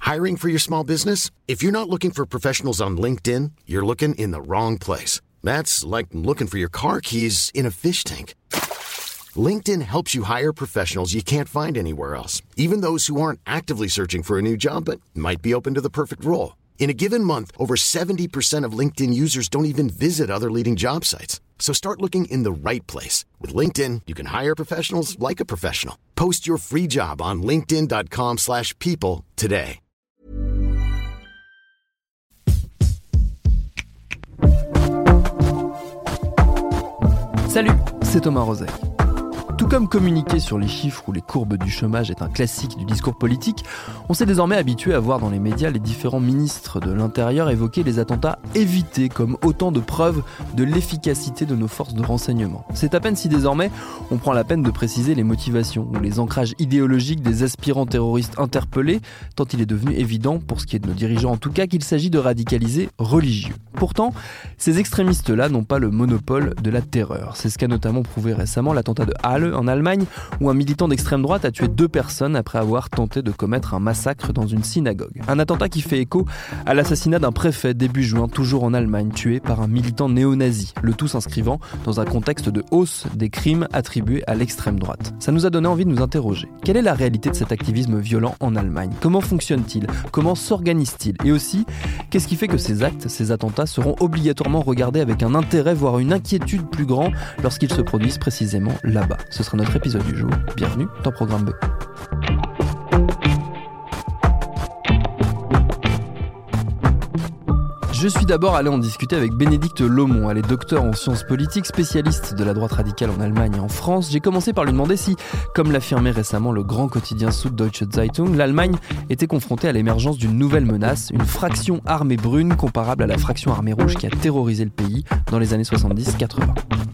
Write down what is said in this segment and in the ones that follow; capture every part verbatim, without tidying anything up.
Hiring for your small business? If you're not looking for professionals on LinkedIn, you're looking in the wrong place. That's like looking for your car keys in a fish tank. LinkedIn helps you hire professionals you can't find anywhere else, even those who aren't actively searching for a new job but might be open to the perfect role. In a given month, over seventy percent of LinkedIn users don't even visit other leading job sites. So start looking in the right place. With LinkedIn, you can hire professionals like a professional. Post your free job on linkedin.com slash people today. Salut, c'est Thomas Rozek. Tout comme communiquer sur les chiffres ou les courbes du chômage est un classique du discours politique, on s'est désormais habitué à voir dans les médias les différents ministres de l'Intérieur évoquer les attentats évités comme autant de preuves de l'efficacité de nos forces de renseignement. C'est à peine si désormais on prend la peine de préciser les motivations ou les ancrages idéologiques des aspirants terroristes interpellés, tant il est devenu évident, pour ce qui est de nos dirigeants en tout cas, qu'il s'agit de radicalisés religieux. Pourtant, ces extrémistes-là n'ont pas le monopole de la terreur. C'est ce qu'a notamment prouvé récemment l'attentat de Halle en Allemagne, où un militant d'extrême droite a tué deux personnes après avoir tenté de commettre un massacre dans une synagogue. Un attentat qui fait écho à l'assassinat d'un préfet début juin, toujours en Allemagne, tué par un militant néo-nazi, le tout s'inscrivant dans un contexte de hausse des crimes attribués à l'extrême droite. Ça nous a donné envie de nous interroger. Quelle est la réalité de cet activisme violent en Allemagne ? Comment fonctionne-t-il ? Comment s'organise-t-il ? Et aussi, qu'est-ce qui fait que ces actes, ces attentats seront obligatoirement regardés avec un intérêt, voire une inquiétude plus grand lorsqu'ils se produisent précisément là-bas ? Ce sera notre épisode du jour. Bienvenue dans Programme B. Je suis d'abord allé en discuter avec Bénédicte Lomont. Elle est docteure en sciences politiques, spécialiste de la droite radicale en Allemagne et en France. J'ai commencé par lui demander si, comme l'affirmait récemment le grand quotidien Süddeutsche Zeitung, l'Allemagne était confrontée à l'émergence d'une nouvelle menace, une fraction armée brune comparable à la fraction armée rouge qui a terrorisé le pays dans les années soixante-dix quatre-vingts.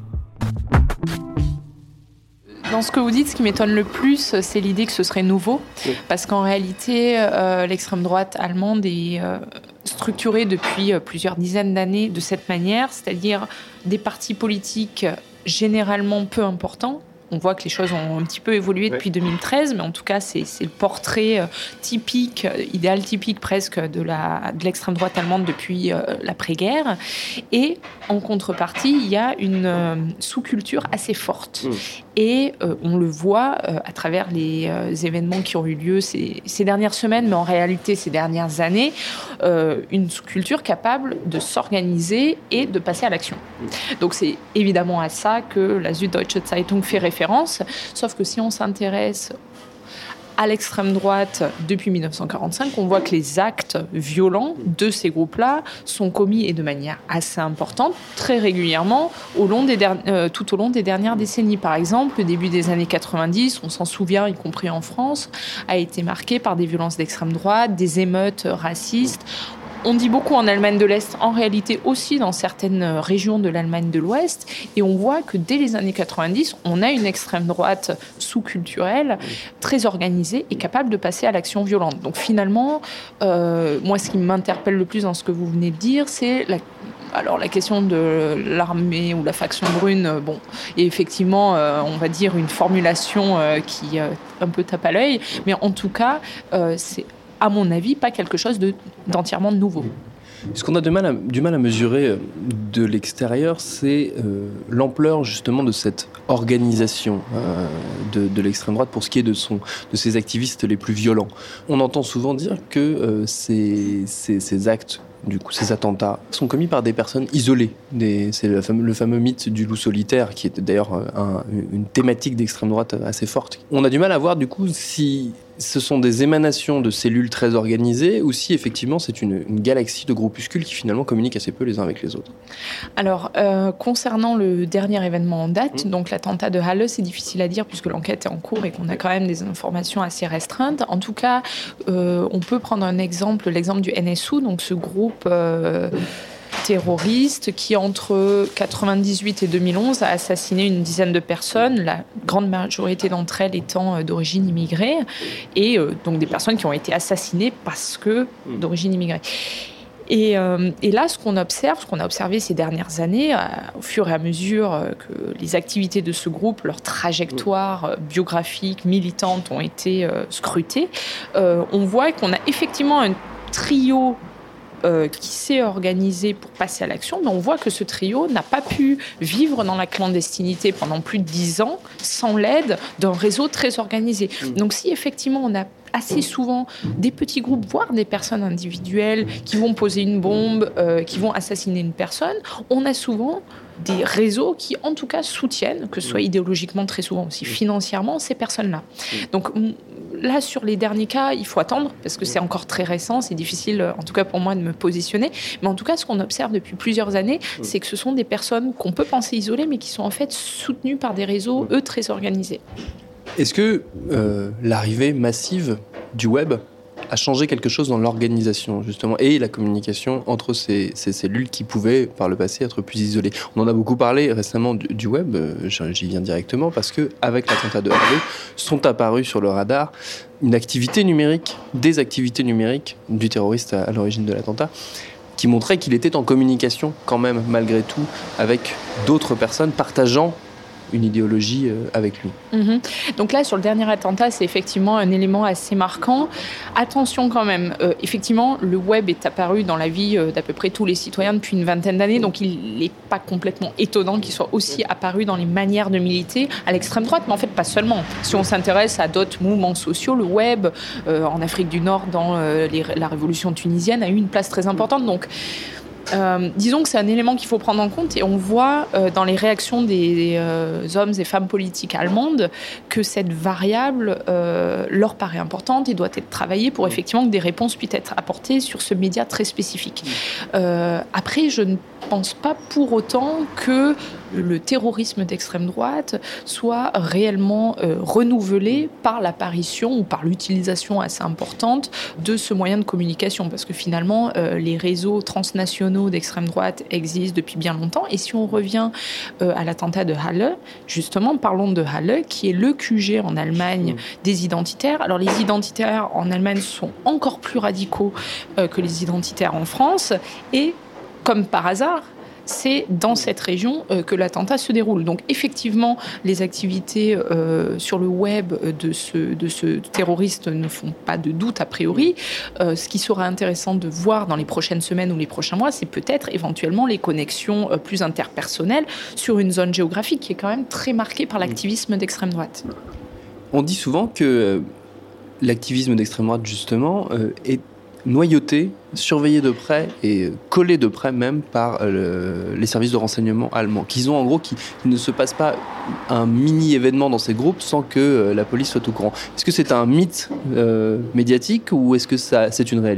Dans ce que vous dites, ce qui m'étonne le plus, c'est l'idée que ce serait nouveau. Oui. Parce qu'en réalité, euh, l'extrême droite allemande est euh, structurée depuis euh, plusieurs dizaines d'années de cette manière, c'est-à-dire des partis politiques généralement peu importants. On voit que les choses ont un petit peu évolué depuis deux mille treize, mais en tout cas, c'est, c'est le portrait euh, typique, euh, idéal typique presque de, la, de l'extrême droite allemande depuis euh, l'après-guerre. Et en contrepartie, il y a une euh, sous-culture assez forte. Mmh. Et euh, on le voit euh, à travers les euh, événements qui ont eu lieu ces, ces dernières semaines, mais en réalité ces dernières années, euh, une sous-culture capable de s'organiser et de passer à l'action. Donc c'est évidemment à ça que la Süddeutsche Zeitung fait référence, sauf que si on s'intéresse à l'extrême droite depuis dix-neuf cent quarante-cinq, on voit que les actes violents de ces groupes-là sont commis, et de manière assez importante, très régulièrement, au long des der- euh, tout au long des dernières décennies. Par exemple, le début des années quatre-vingt-dix, on s'en souvient, y compris en France, a été marqué par des violences d'extrême droite, des émeutes racistes. On dit beaucoup en Allemagne de l'Est, en réalité aussi dans certaines régions de l'Allemagne de l'Ouest. Et on voit que dès les années quatre-vingt-dix, on a une extrême droite sous-culturelle, très organisée et capable de passer à l'action violente. Donc finalement, euh, moi ce qui m'interpelle le plus dans ce que vous venez de dire, c'est la... Alors la question de l'armée ou la faction brune, bon, est effectivement, euh, on va dire, une formulation euh, qui euh, un peu tape à l'œil. Mais en tout cas, euh, c'est à mon avis, pas quelque chose de, d'entièrement nouveau. Ce qu'on a du mal à, du mal à mesurer de l'extérieur, c'est euh, l'ampleur justement de cette organisation euh, de, de l'extrême droite pour ce qui est de, son, de ses activistes les plus violents. On entend souvent dire que euh, ces, ces, ces actes, du coup, ces attentats sont commis par des personnes isolées. Des, c'est le fameux, le fameux mythe du loup solitaire, qui est d'ailleurs un, une thématique d'extrême droite assez forte. On a du mal à voir, du coup, si ce sont des émanations de cellules très organisées ou si, effectivement, c'est une, une galaxie de groupuscules qui, finalement, communiquent assez peu les uns avec les autres. Alors, euh, concernant le dernier événement en date, mmh. donc l'attentat de Halle, c'est difficile à dire puisque l'enquête est en cours et qu'on a quand même des informations assez restreintes. En tout cas, euh, on peut prendre un exemple, l'exemple du N S U, donc ce groupe Euh, terroriste qui, entre quatre-vingt-dix-huit et deux mille onze, a assassiné une dizaine de personnes, la grande majorité d'entre elles étant d'origine immigrée, et euh, donc des personnes qui ont été assassinées parce que d'origine immigrée. Et, euh, et là, ce qu'on observe, ce qu'on a observé ces dernières années, euh, au fur et à mesure euh, que les activités de ce groupe, leur trajectoire euh, biographique, militante ont été euh, scrutées, euh, on voit qu'on a effectivement un trio Euh, qui s'est organisé pour passer à l'action, mais on voit que ce trio n'a pas pu vivre dans la clandestinité pendant plus de dix ans sans l'aide d'un réseau très organisé. Mmh. Donc si effectivement on a assez souvent des petits groupes, voire des personnes individuelles qui vont poser une bombe, euh, qui vont assassiner une personne, on a souvent des réseaux qui, en tout cas, soutiennent, que ce soit idéologiquement, très souvent aussi financièrement, ces personnes-là. Donc là, sur les derniers cas, il faut attendre, parce que c'est encore très récent, c'est difficile, en tout cas pour moi, de me positionner. Mais en tout cas, ce qu'on observe depuis plusieurs années, c'est que ce sont des personnes qu'on peut penser isolées, mais qui sont en fait soutenues par des réseaux, eux, très organisés. Est-ce que euh, l'arrivée massive du web a changé quelque chose dans l'organisation, justement, et la communication entre ces, ces cellules qui pouvaient, par le passé, être plus isolées? On en a beaucoup parlé récemment du, du web, j'y viens directement, parce qu'avec l'attentat de Halle, sont apparus sur le radar une activité numérique, des activités numériques du terroriste à, à l'origine de l'attentat, qui montraient qu'il était en communication, quand même, malgré tout, avec d'autres personnes partageant une idéologie avec lui. Mmh. Donc là, sur le dernier attentat, c'est effectivement un élément assez marquant. Attention quand même, euh, effectivement, le web est apparu dans la vie euh, d'à peu près tous les citoyens depuis une vingtaine d'années, donc il n'est pas complètement étonnant qu'il soit aussi apparu dans les manières de militer à l'extrême droite, mais en fait pas seulement. Si on s'intéresse à d'autres mouvements sociaux, le web, euh, en Afrique du Nord, dans euh, les, la révolution tunisienne, a eu une place très importante. Donc, Euh, disons que c'est un élément qu'il faut prendre en compte, et on voit euh, dans les réactions des euh, hommes et femmes politiques allemandes que cette variable euh, leur paraît importante et doit être travaillée pour effectivement que des réponses puissent être apportées sur ce média très spécifique. Euh, après, je ne pense pas pour autant que le terrorisme d'extrême droite soit réellement euh, renouvelé par l'apparition ou par l'utilisation assez importante de ce moyen de communication, parce que finalement euh, les réseaux transnationaux d'extrême droite existent depuis bien longtemps. Et si on revient euh, à l'attentat de Halle, justement, parlons de Halle, qui est le Q G en Allemagne des identitaires. Alors les identitaires en Allemagne sont encore plus radicaux euh, que les identitaires en France, et comme par hasard, c'est dans cette région euh, que l'attentat se déroule. Donc effectivement, les activités euh, sur le web de ce, de ce terroriste ne font pas de doute a priori. Euh, ce qui sera intéressant de voir dans les prochaines semaines ou les prochains mois, c'est peut-être éventuellement les connexions euh, plus interpersonnelles sur une zone géographique qui est quand même très marquée par l'activisme d'extrême droite. On dit souvent que euh, l'activisme d'extrême droite, justement, euh, est noyauté, surveillé de près et collé de près même par euh, les services de renseignement allemands. Qu'ils ont en gros qu'il ne se passe pas un mini-événement dans ces groupes sans que euh, la police soit au courant. Est-ce que c'est un mythe euh, médiatique ou est-ce que ça, c'est une réalité ?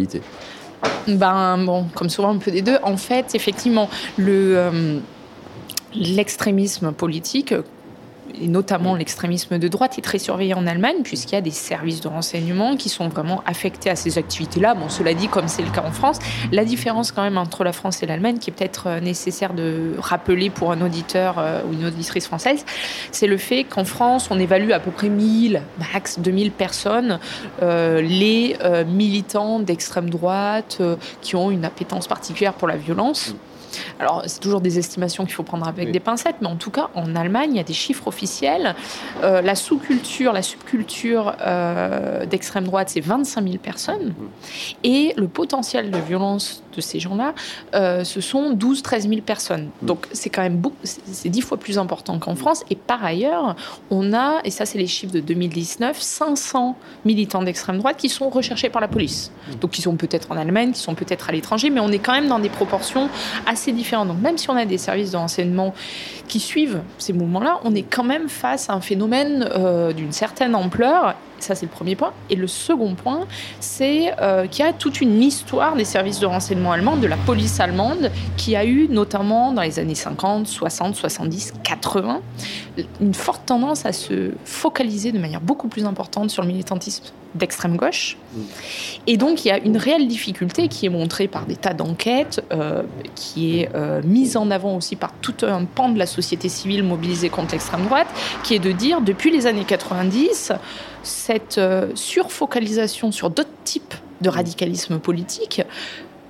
Ben bon, comme souvent un peu des deux. En fait, effectivement, le, euh, l'extrémisme politique, et notamment l'extrémisme de droite, est très surveillé en Allemagne, puisqu'il y a des services de renseignement qui sont vraiment affectés à ces activités-là. Bon, cela dit, comme c'est le cas en France, la différence quand même entre la France et l'Allemagne, qui est peut-être nécessaire de rappeler pour un auditeur euh, ou une auditrice française, c'est le fait qu'en France, on évalue à peu près mille, max deux mille personnes, euh, les euh, militants d'extrême droite euh, qui ont une appétence particulière pour la violence. Alors, c'est toujours des estimations qu'il faut prendre avec oui. des pincettes, mais en tout cas, en Allemagne, il y a des chiffres officiels. Euh, la sous-culture, la subculture euh, d'extrême droite, c'est vingt-cinq mille personnes. Et le potentiel de violence de ces gens-là, euh, ce sont douze à treize mille personnes. Donc, c'est quand même beaucoup, c'est, c'est dix fois plus important qu'en France. Et par ailleurs, on a, et ça, c'est les chiffres de deux mille dix-neuf, cinq cents militants d'extrême droite qui sont recherchés par la police. Donc, qui sont peut-être en Allemagne, qui sont peut-être à l'étranger, mais on est quand même dans des proportions assez différentes. Donc, même si on a des services de renseignement qui suivent ces mouvements-là, on est quand même face à un phénomène euh, d'une certaine ampleur. Ça, c'est le premier point. Et le second point, c'est euh, qu'il y a toute une histoire des services de renseignement allemands, de la police allemande, qui a eu, notamment dans les années cinquante, soixante, soixante-dix, quatre-vingts, une forte tendance à se focaliser de manière beaucoup plus importante sur le militantisme d'extrême gauche. Et donc, il y a une réelle difficulté qui est montrée par des tas d'enquêtes, euh, qui est euh, mise en avant aussi par tout un pan de la société civile mobilisée contre l'extrême droite, qui est de dire, depuis les années quatre-vingt-dix, cette euh, surfocalisation sur d'autres types de radicalisme politique peut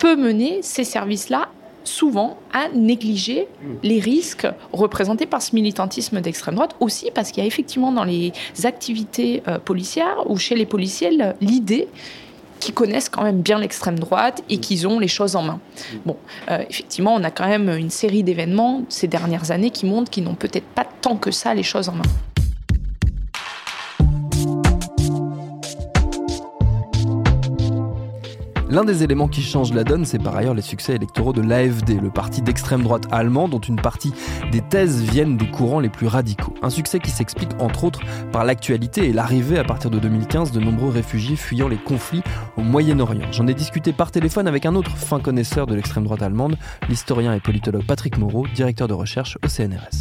peut mener ces services-là souvent à négliger les risques représentés par ce militantisme d'extrême droite, aussi parce qu'il y a effectivement dans les activités euh, policières ou chez les policiers l'idée qu'ils connaissent quand même bien l'extrême droite et qu'ils ont les choses en main. Bon, euh, effectivement, on a quand même une série d'événements ces dernières années qui montrent qu'ils n'ont peut-être pas tant que ça les choses en main. L'un des éléments qui change la donne, c'est par ailleurs les succès électoraux de l'A F D, le parti d'extrême droite allemand dont une partie des thèses viennent des courants les plus radicaux. Un succès qui s'explique entre autres par l'actualité et l'arrivée à partir de deux mille quinze de nombreux réfugiés fuyant les conflits au Moyen-Orient. J'en ai discuté par téléphone avec un autre fin connaisseur de l'extrême droite allemande, l'historien et politologue Patrick Moreau, directeur de recherche au C N R S.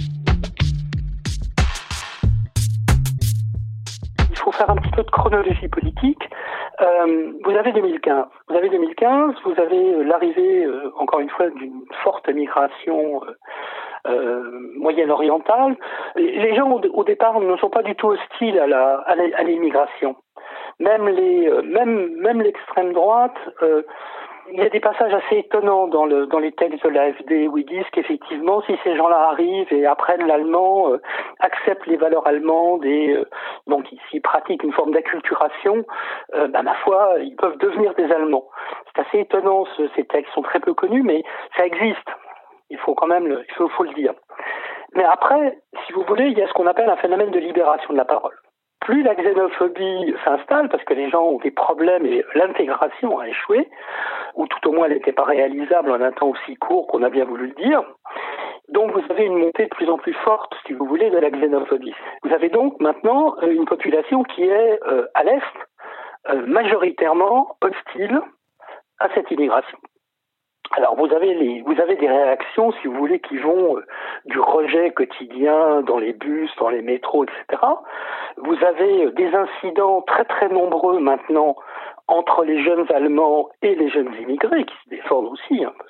Il faut faire un petit peu de chronologie politique. Euh, vous avez deux mille quinze. Vous avez deux mille quinze, vous avez l'arrivée, euh, encore une fois, d'une forte migration euh, euh, moyenne-orientale. Les gens, au, au départ, ne sont pas du tout hostiles à, la, à, la, à l'immigration. Même, les, euh, même, même l'extrême droite... Euh, Il y a des passages assez étonnants dans, le, dans les textes de l'A F D où ils disent qu'effectivement, si ces gens-là arrivent et apprennent l'allemand, euh, acceptent les valeurs allemandes et euh, donc s'ils pratiquent une forme d'acculturation, euh, bah, ma foi, ils peuvent devenir des Allemands. C'est assez étonnant, ce, ces textes sont très peu connus, mais ça existe. Il faut quand même le, il faut, faut le dire. Mais après, si vous voulez, il y a ce qu'on appelle un phénomène de libération de la parole. Plus la xénophobie s'installe, parce que les gens ont des problèmes et l'intégration a échoué, ou tout au moins elle n'était pas réalisable en un temps aussi court qu'on a bien voulu le dire, donc vous avez une montée de plus en plus forte, si vous voulez, de la xénophobie. Vous avez donc maintenant une population qui est euh, à l'Est, euh, majoritairement hostile à cette immigration. Alors vous avez les, vous avez des réactions, si vous voulez, qui vont euh, du rejet quotidien dans les bus, dans les métros, et cetera. Vous avez euh, des incidents très très nombreux maintenant entre les jeunes Allemands et les jeunes immigrés qui se défendent aussi. Hein.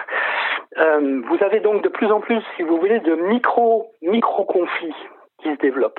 Euh, vous avez donc de plus en plus, si vous voulez, de micro micro conflits qui se développent.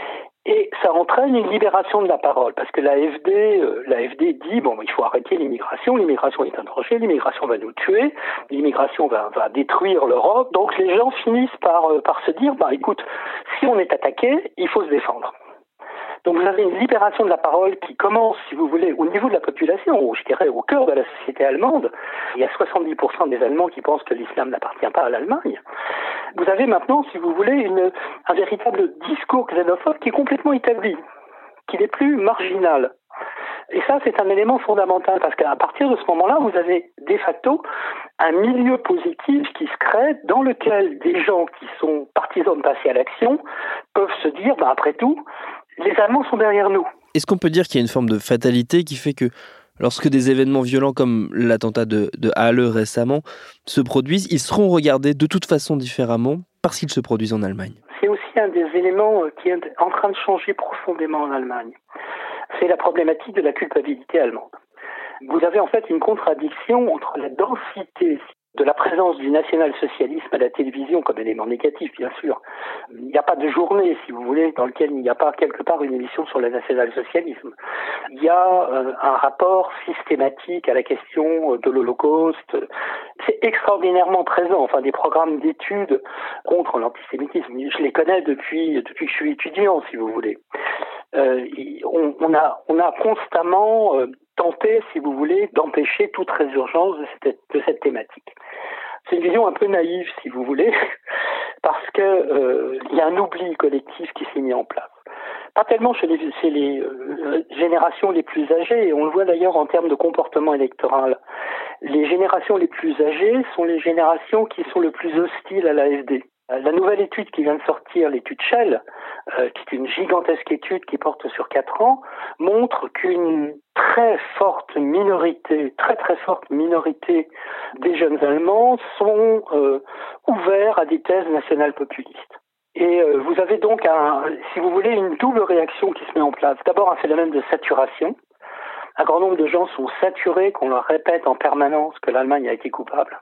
Et ça entraîne une libération de la parole, parce que l'A F D, euh, l'A F D dit, bon, il faut arrêter l'immigration, l'immigration est un danger, l'immigration va nous tuer, l'immigration va, va détruire l'Europe, donc les gens finissent par, euh, par se dire, bah écoute, si on est attaqué, il faut se défendre. Donc vous avez une libération de la parole qui commence, si vous voulez, au niveau de la population, je dirais au cœur de la société allemande. Il y a soixante-dix pour cent des Allemands qui pensent que l'islam n'appartient pas à l'Allemagne. Vous avez maintenant, si vous voulez, une, un véritable discours xénophobe qui est complètement établi, qui n'est plus marginal. Et ça, c'est un élément fondamental, parce qu'à partir de ce moment-là, vous avez de facto un milieu positif qui se crée, dans lequel des gens qui sont partisans de passer à l'action peuvent se dire, bah, après tout, les Allemands sont derrière nous. Est-ce qu'on peut dire qu'il y a une forme de fatalité qui fait que lorsque des événements violents comme l'attentat de, de Halle récemment se produisent, ils seront regardés de toute façon différemment parce qu'ils se produisent en Allemagne? C'est aussi un des éléments qui est en train de changer profondément en Allemagne. C'est la problématique de la culpabilité allemande. Vous avez en fait une contradiction entre la densité de la présence du national-socialisme à la télévision comme élément négatif, bien sûr. Il n'y a pas de journée, si vous voulez, dans laquelle il n'y a pas quelque part une émission sur le national-socialisme. Il y a euh, un rapport systématique à la question de l'Holocauste. C'est extraordinairement présent, enfin des programmes d'études contre l'antisémitisme. Je les connais depuis, depuis que je suis étudiant, si vous voulez. Euh, on, on, a, on a constamment euh, tenté, si vous voulez, d'empêcher toute résurgence de cette, de cette thématique. C'est une vision un peu naïve, si vous voulez, parce que euh, il y a un oubli collectif qui s'est mis en place. Pas tellement chez les, chez les euh, générations les plus âgées, et on le voit d'ailleurs en termes de comportement électoral. Les générations les plus âgées sont les générations qui sont le plus hostiles à l'A F D. La nouvelle étude qui vient de sortir, l'étude Shell, euh, qui est une gigantesque étude qui porte sur quatre ans, montre qu'une très forte minorité, très très forte minorité des jeunes Allemands sont euh, ouverts à des thèses nationales populistes. Et euh, vous avez donc, un, si vous voulez, une double réaction qui se met en place. D'abord un phénomène de saturation. Un grand nombre de gens sont saturés, qu'on leur répète en permanence que l'Allemagne a été coupable.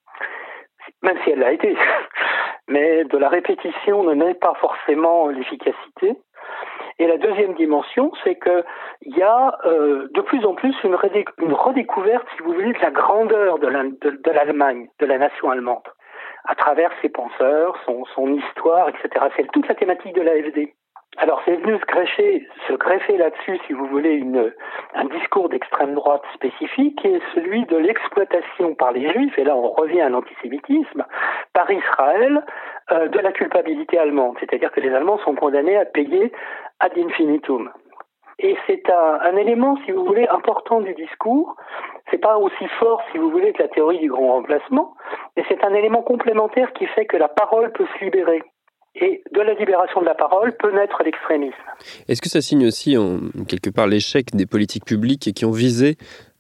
Même si elle l'a été. Mais de la répétition ne naît pas forcément l'efficacité. Et la deuxième dimension, c'est qu'il y a euh, de plus en plus une, redé- une redécouverte, si vous voulez, de la grandeur de, la, de, de l'Allemagne, de la nation allemande, à travers ses penseurs, son, son histoire, et cetera. C'est toute la thématique de l'A F D. Alors c'est venu se greffer, se greffer là-dessus, si vous voulez, une, un discours d'extrême droite spécifique, qui est celui de l'exploitation par les Juifs, et là on revient à l'antisémitisme, par Israël, euh, de la culpabilité allemande. C'est-à-dire que les Allemands sont condamnés à payer ad infinitum. Et c'est un, un élément, si vous voulez, important du discours. C'est pas aussi fort, si vous voulez, que la théorie du grand remplacement, mais c'est un élément complémentaire qui fait que la parole peut se libérer. Et de la libération de la parole peut naître l'extrémisme. Est-ce que ça signe aussi, en, quelque part, l'échec des politiques publiques qui ont visé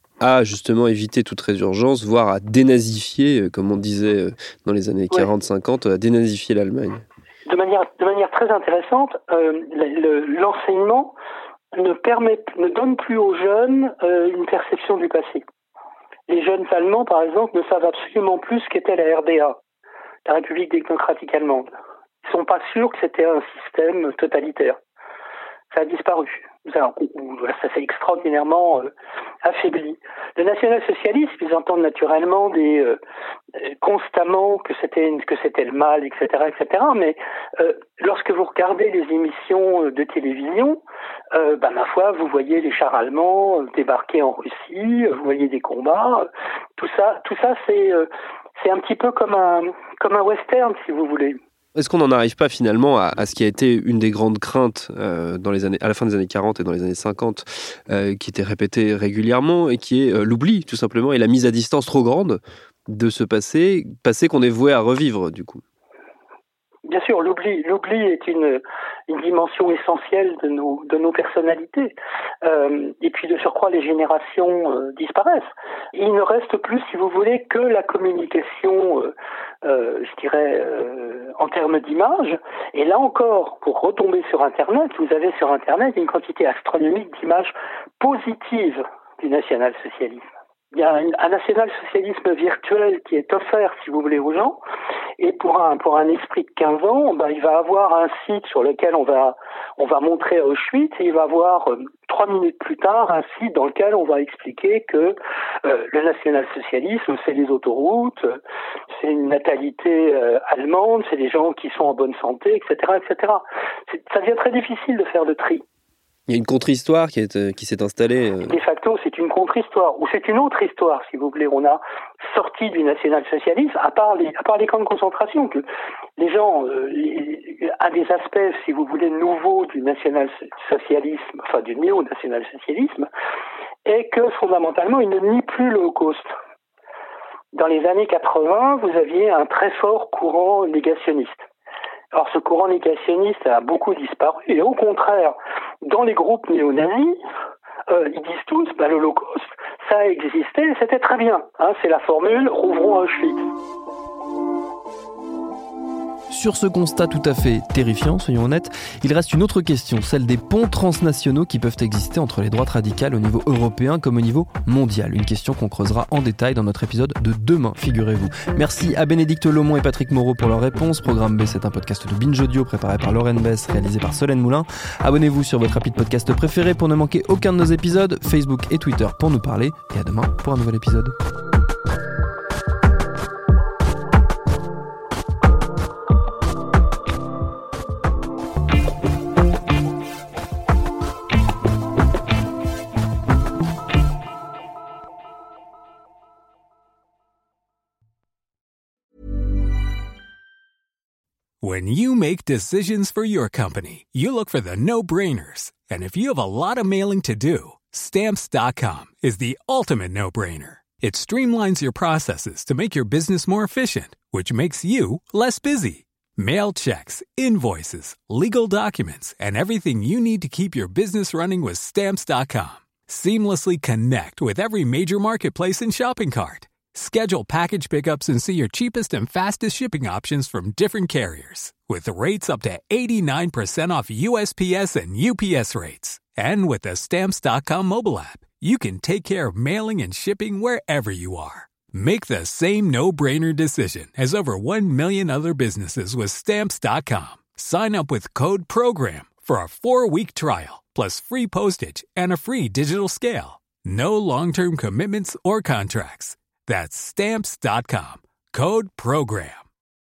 à justement éviter toute résurgence, voire à dénazifier, comme on disait dans les années quarante cinquante, à dénazifier l'Allemagne? De manière, de manière très intéressante, euh, le, l'enseignement ne permet, ne donne plus aux jeunes euh, une perception du passé. Les jeunes Allemands, par exemple, ne savent absolument plus ce qu'était la R D A, la République démocratique allemande. Ils sont pas sûrs que c'était un système totalitaire. Ça a disparu. Ça, ça s'est extraordinairement euh, affaibli. Le national-socialisme, ils entendent naturellement des, euh, constamment que c'était, que c'était le mal, et cetera, et cetera. Mais euh, lorsque vous regardez les émissions de télévision, euh, bah, ma foi, vous voyez les chars allemands débarquer en Russie, vous voyez des combats. Tout ça, tout ça, c'est, euh, c'est un petit peu comme un, comme un western, si vous voulez. Est-ce qu'on n'en arrive pas finalement à, à ce qui a été une des grandes craintes euh, dans les années, à la fin des années quarante et dans les années cinquante, euh, qui était répétée régulièrement et qui est euh, l'oubli tout simplement et la mise à distance trop grande de ce passé, passé qu'on est voué à revivre du coup? Bien sûr, l'oubli, l'oubli est une, une dimension essentielle de nos, de nos personnalités. Euh, et puis de surcroît, les générations euh, disparaissent. Il ne reste plus, si vous voulez, que la communication, euh, euh, je dirais, euh, en termes d'image. Et là encore, pour retomber sur Internet, vous avez sur Internet une quantité astronomique d'images positives du national-socialisme. Il y a un, un national-socialisme virtuel qui est offert, si vous voulez, aux gens. Et pour un, pour un esprit de quinze ans, ben, il va avoir un site sur lequel on va, on va montrer Auschwitz et il va avoir, euh, trois minutes plus tard, un site dans lequel on va expliquer que euh, le national-socialisme, c'est les autoroutes, c'est une natalité euh, allemande, c'est des gens qui sont en bonne santé, et cetera, et cetera. C'est, ça devient très difficile de faire le tri. Il y a une contre-histoire qui, est, qui s'est installée. Euh... De facto, c'est une contre-histoire, ou c'est une autre histoire, si vous voulez. On a sorti du national-socialisme, à part les, à part les camps de concentration, que les gens, euh, les, un des aspects, si vous voulez, nouveaux du national-socialisme, enfin du néo-national-socialisme, est que fondamentalement, il ne nie plus le Holocauste. Dans les années quatre-vingts, vous aviez un très fort courant négationniste. Alors ce courant négationniste a beaucoup disparu et au contraire, dans les groupes néo-nazis, euh, ils disent tous, bah, l'Holocauste, ça a existé, c'était très bien. Hein, c'est la formule, rouvrons Auschwitz. Sur ce constat tout à fait terrifiant, soyons honnêtes, il reste une autre question, celle des ponts transnationaux qui peuvent exister entre les droites radicales au niveau européen comme au niveau mondial. Une question qu'on creusera en détail dans notre épisode de demain, figurez-vous. Merci à Bénédicte Lomont et Patrick Moreau pour leurs réponses. Programme B, c'est un podcast de Binge Audio préparé par Lauren Bess, réalisé par Solène Moulin. Abonnez-vous sur votre appli de podcast préféré pour ne manquer aucun de nos épisodes, Facebook et Twitter pour nous parler. Et à demain pour un nouvel épisode. When you make decisions for your company, you look for the no-brainers. And if you have a lot of mailing to do, Stamps dot com is the ultimate no-brainer. It streamlines your processes to make your business more efficient, which makes you less busy. Mail checks, invoices, legal documents, and everything you need to keep your business running with Stamps dot com. Seamlessly connect with every major marketplace and shopping cart. Schedule package pickups and see your cheapest and fastest shipping options from different carriers. With rates up to eighty-nine percent off U S P S and U P S rates. And with the Stamps dot com mobile app, you can take care of mailing and shipping wherever you are. Make the same no-brainer decision as over one million other businesses with Stamps dot com. Sign up with code PROGRAM for a four-week trial, plus free postage and a free digital scale. No long-term commitments or contracts. That's Stamps dot com. Code PROGRAM.